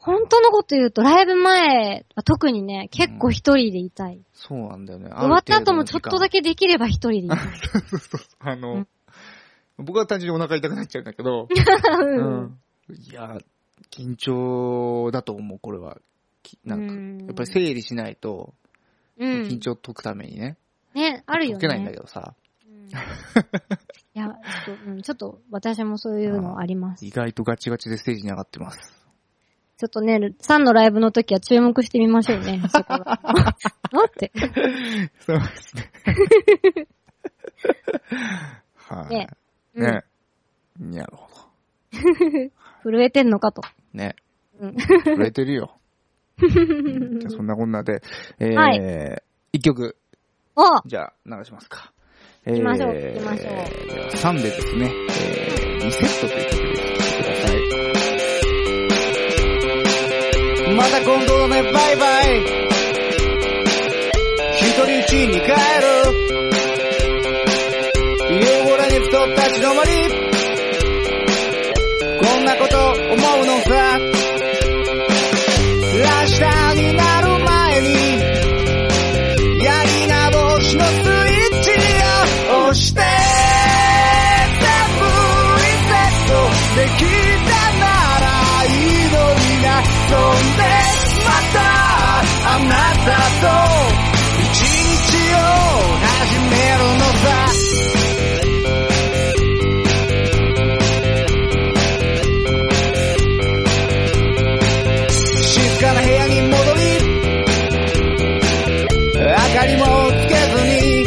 本当のこと言うと、ライブ前は特にね、結構一人でいたい。 そうなんだよね。 終わった後もちょっとだけできれば一人でいたい。 そうそうそう。あの、うん、僕は単純にお腹痛くなっちゃうんだけど、うん、いや、緊張だと思う、これは。なんか、やっぱり整理しないと、うん、緊張を解くためにね。 ね、あるよね。 解けないんだけどさ。うん、いや、ちょっと、うん、ちょっと私もそういうのあります。 意外とガチガチでステージに上がってます。 ちょっとね、さんのライブの時は注目してみましょうね、そこが。待って。 そうですね。はい。ね。ね。うん、なるほど。 震えてんのかと。 ね。うん、震えてるよ。じゃあそんなこんなで、えー、はい、一曲。 おじゃあ流しますか。 行きましょう、行きましょう。 ではさんでですね、えー、リセットという曲で聴いてください。また今度ね、バイバイ。一人うちに帰る。汚れに太った血のまり。こんなこと思うのさ。明日になる前に、やり直しのスイッチを押して、全部リセットできたならいいのにな。そんでまたあなたと一日を始めるのさ。静かな部屋に戻り明かりもつけずに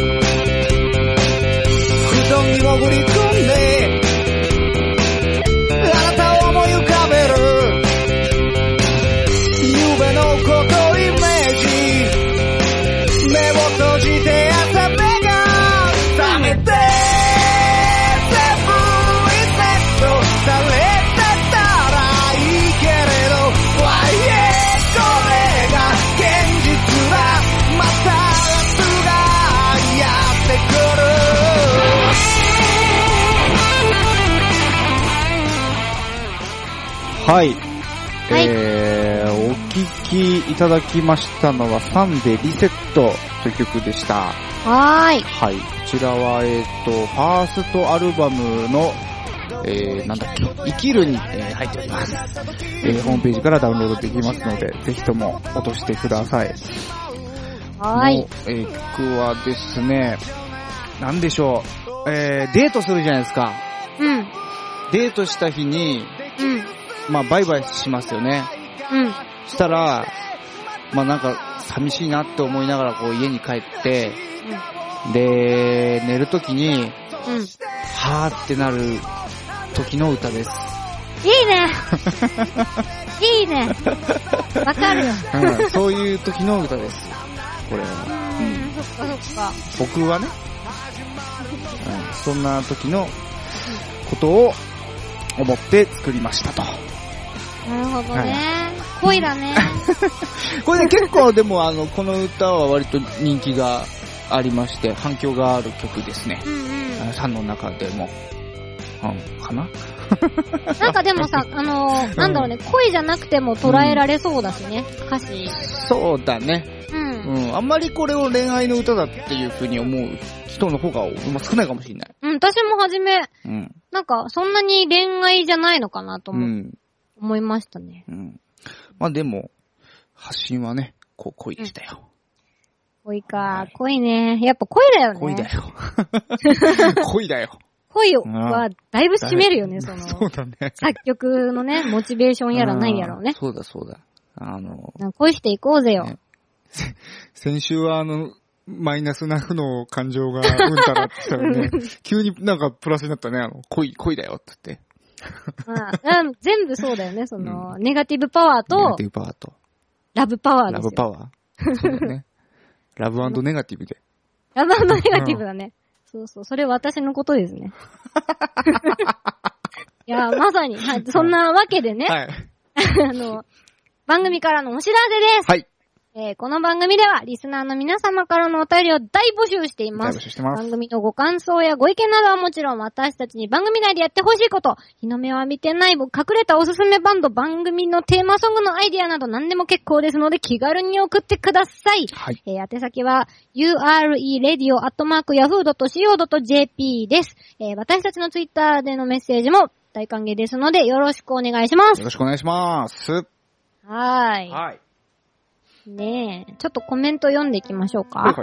布団に潜り込んであなたを思い浮かべる。夢のことイメージ目を閉じて朝目が覚めて全部リセットされてたらいいけれど Why yeah これが現実だ。また夏がやってくる。はい、はい、えー、お聴きいただきましたのはサンデリセットという曲でした。 はーい。 はい。こちらは、えっと、ファーストアルバムの、えー、なんだっけ、生きるに、えー、入っております。えー、ホームページからダウンロードできますので、ぜひとも落としてください。 はーい。 えー、曲はですね、なんでしょう、えー、デートするじゃないですか。 うん。 デートした日に、 うん。 まあ、バイバイしますよね。 うん。 したら、まあなんか、寂しいなって思いながらこう家に帰って、うん、で、寝るときに、うん、はーってなる時の歌です。 いいねいいねわかるよ、 うん。そういう時の歌です。これは。 うん、そっかそっか。 僕はね、うん、そんな時のことを思って作りましたと。 なるほどね。はい、恋だね。 これね、結構でもあの、この歌は割と人気がありまして、反響がある曲ですね。うんうん。ファンの中でも。うん、かななんかでもさ、あのー、なんだろうね、恋じゃなくても捉えられそうだしね、うん、歌詞。 そうだね。うん。うん。あんまりこれを恋愛の歌だっていう風に思う人の方が少ないかもしれない。 うん、私もはじめ、うん。なんか、そんなに恋愛じゃないのかなと思う。うん思いましたね。うん。まあでも、発信はね、こう恋でしたよ。うん、 恋か、はい、恋ね。やっぱ恋だよね。 恋だよ。恋だよ。 恋はだいぶ占めるよね、その。 そうだね。 作曲のね、モチベーションやらないやろうね。 そうだそうだ。あの、 恋していこうぜよ。 ね、先週はあの、マイナスな負の感情がうんたらって言ったらね、急になんかプラスになったね、あの、恋、恋だよって言って。 ああ全部そうだよね、その、うん、ネガティブパワーと、 ネガティブパワーと、 ラブパワーですよ。 ラブパワーそうだね。ラブ&ネガティブで。 ラブ&ネガティブだね。そうそう、それ私のことですね。いや、まさに、はい、そんなわけでね。はい。あの、番組からのお知らせです。 はい。 えー、この番組ではリスナーの皆様からのお便りを大募集しています。 大募集してます。 番組のご感想やご意見などはもちろん、私たちに番組内でやってほしいこと、日の目を浴びてない隠れたおすすめバンド、番組のテーマソングのアイディアなど何でも結構ですので気軽に送ってください。 はい。 えー、宛先は ユーアールイーレディオアットマークヤフードットシーオードットジェーピー です。えー、私たちのツイッターでのメッセージも大歓迎ですのでよろしくお願いします。 よろしくお願いします。 はーい。 はい。 ねえ、ちょっとコメント読んでいきましょうか。 はいはい。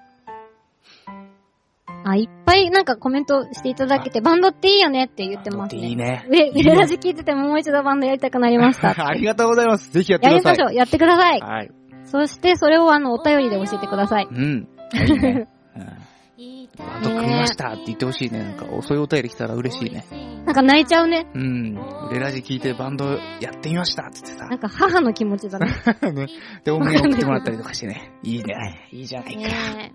あ、いっぱいなんかコメントしていただけて、バンドっていいよねって言ってますね。 いいね。 ウレ、ウレラジ聞いててももう一度バンドやりたくなりました。 ありがとうございます。ぜひやってください。 やりましょう。やってください。 はい。 そしてそれをあの、お便りで教えてください。 うん。いいね。うん、バンド組みましたって言ってほしいね。なんか遅いお便り来たら嬉しいね。 なんか泣いちゃうね。 うん。ウレラジ聞いてバンドやってみましたって言ってさ。 なんか母の気持ちだね。 ね。で、音源送ってもらったりとかしてね。いいね。いいじゃないか。 ね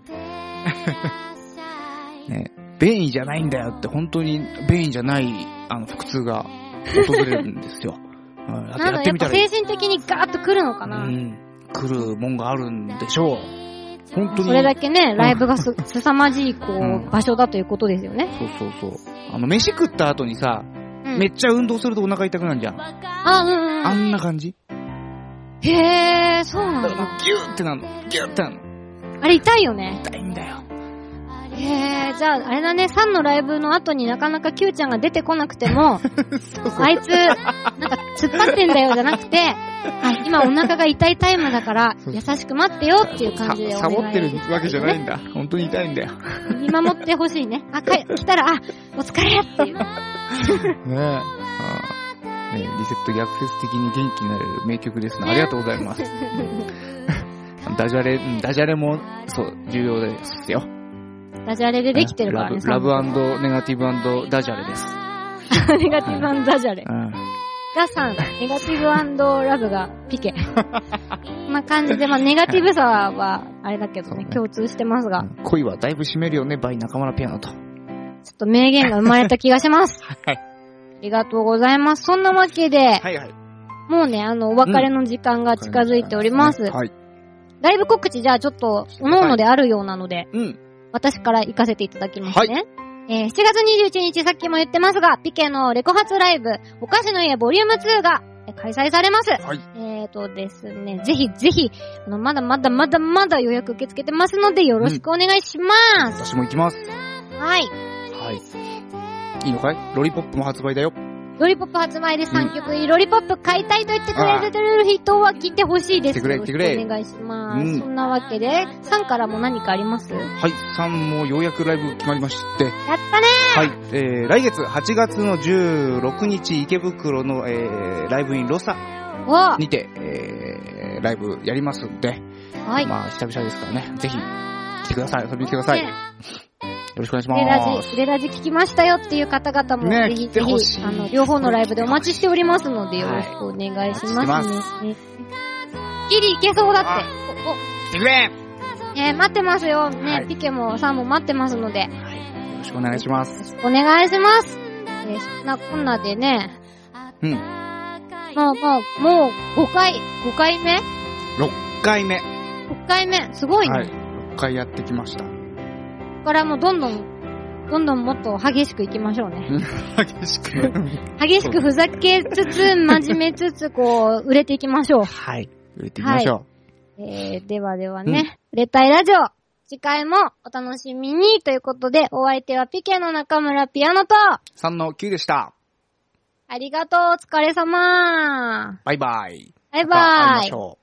ね。便意じゃないんだよって本当に便意じゃないあの腹痛が訪れるんですよ。 うん、なんだ、やっぱ精神的にガーッと来るのかな。 うん。来るもんがあるんでしょう。本当に。 それだけね、ライブがす、すさまじい、こう、うん、場所だということですよね。 そうそうそう。あの、飯食った後にさ、うん、めっちゃ運動するとお腹痛くなるじゃん。 あ、うんうん。 あんな感じ？ へー、そうなんだ。 ギューってなるの。ギューってなるの。 あれ痛いよね。 痛いんだよ。 へー、じゃあ、あれだね、サンのライブの後になかなか Q ちゃんが出てこなくても、そうそうあいつ、なんか突っ張ってんだよじゃなくて、はい、今お腹が痛いタイムだから、優しく待ってよっていう感じでお願い、ね、 サボってるわけじゃないんだ。本当に痛いんだよ。 見守ってほしいね。あ、か来たら、あ、お疲れっていう。ねえ。あねリセット逆説的に元気になれる名曲ですね。ありがとうございます。ダジャレ、ダジャレも、そう、重要ですよ。 ダジャレでできてるからね。 ラブ、ラブ&ネガティブ&ダジャレです。 ネガティブ&ダジャレ。 うんがさん、ネガティブ&ラブがピケ。こんな感じで、まあ、ネガティブさは、あれだけどね、ね共通してますが。 恋はだいぶ占めるよね、バイ中村ピアノと。ちょっと名言が生まれた気がします。 はい。 ありがとうございます。そんなわけで、 はいはい。 もうね、あの、お別れの時間が近づいております。うん、はい。ライブ告知じゃあちょっと、おのおのであるようなので、うん。私から行かせていただきますね。はい。えー、しちがつにじゅういちにち、さっきも言ってますが、ピケのレコ発ライブ、お菓子の家ボリュームツーが開催されます。はい。えーとですね、ぜひぜひ、あの、まだまだまだまだ予約受け付けてますので、よろしくお願いします。 うん、私も行きます。 はい。 はい。いいのかい？ロリポップも発売だよ。 ロリポップ発売でさんきょく、うん、ロリポップ買いたいと言ってくれてる人は聞いてほしいです。 来てくれ、来てくれ。 お願いします。うん、そんなわけで、さんからも何かあります？ はい、さんもようやくライブ決まりまして。 やったねー。 はい、えー、来月はちがつのじゅうろくにち池袋の、えー、ライブインロサにて、えー、ライブやりますんで、はい。まあ、久々ですからね、ぜひ来てください、遊びに来てください。ね、よろしくお願いします。 レラジ、レラジ聞きましたよっていう方々も、ね、ぜひぜひ、あの、両方のライブでお待ちしておりますので、よろしくお願いしますね。ギリいけそうだって。 お、来てくれえー、待ってますよ。ね、はい、ピケもさんも待ってますので。はい。よろしくお願いします。 よろしくお願いします。えー、そんなこんなでね。 うん。 もう、もう、もう、ごかい、ごかいめ ? ろっかいめ。ろっかいめ、すごいね。はい。 ろっかいやってきました。 ここからもうどんどん、どんどんもっと激しくいきましょうね。 激しく激しくふざけつつ、真面目つつ、こう、売れていきましょう。 はい。売れていきましょう。はい、えー、ではではね、うん、レタイラジオ、次回もお楽しみにということで、お相手はピケの中村ピアノと、 さんのきゅうでした。 ありがとう、お疲れ様。 バイバイ。 バイバイ。 また会いましょう。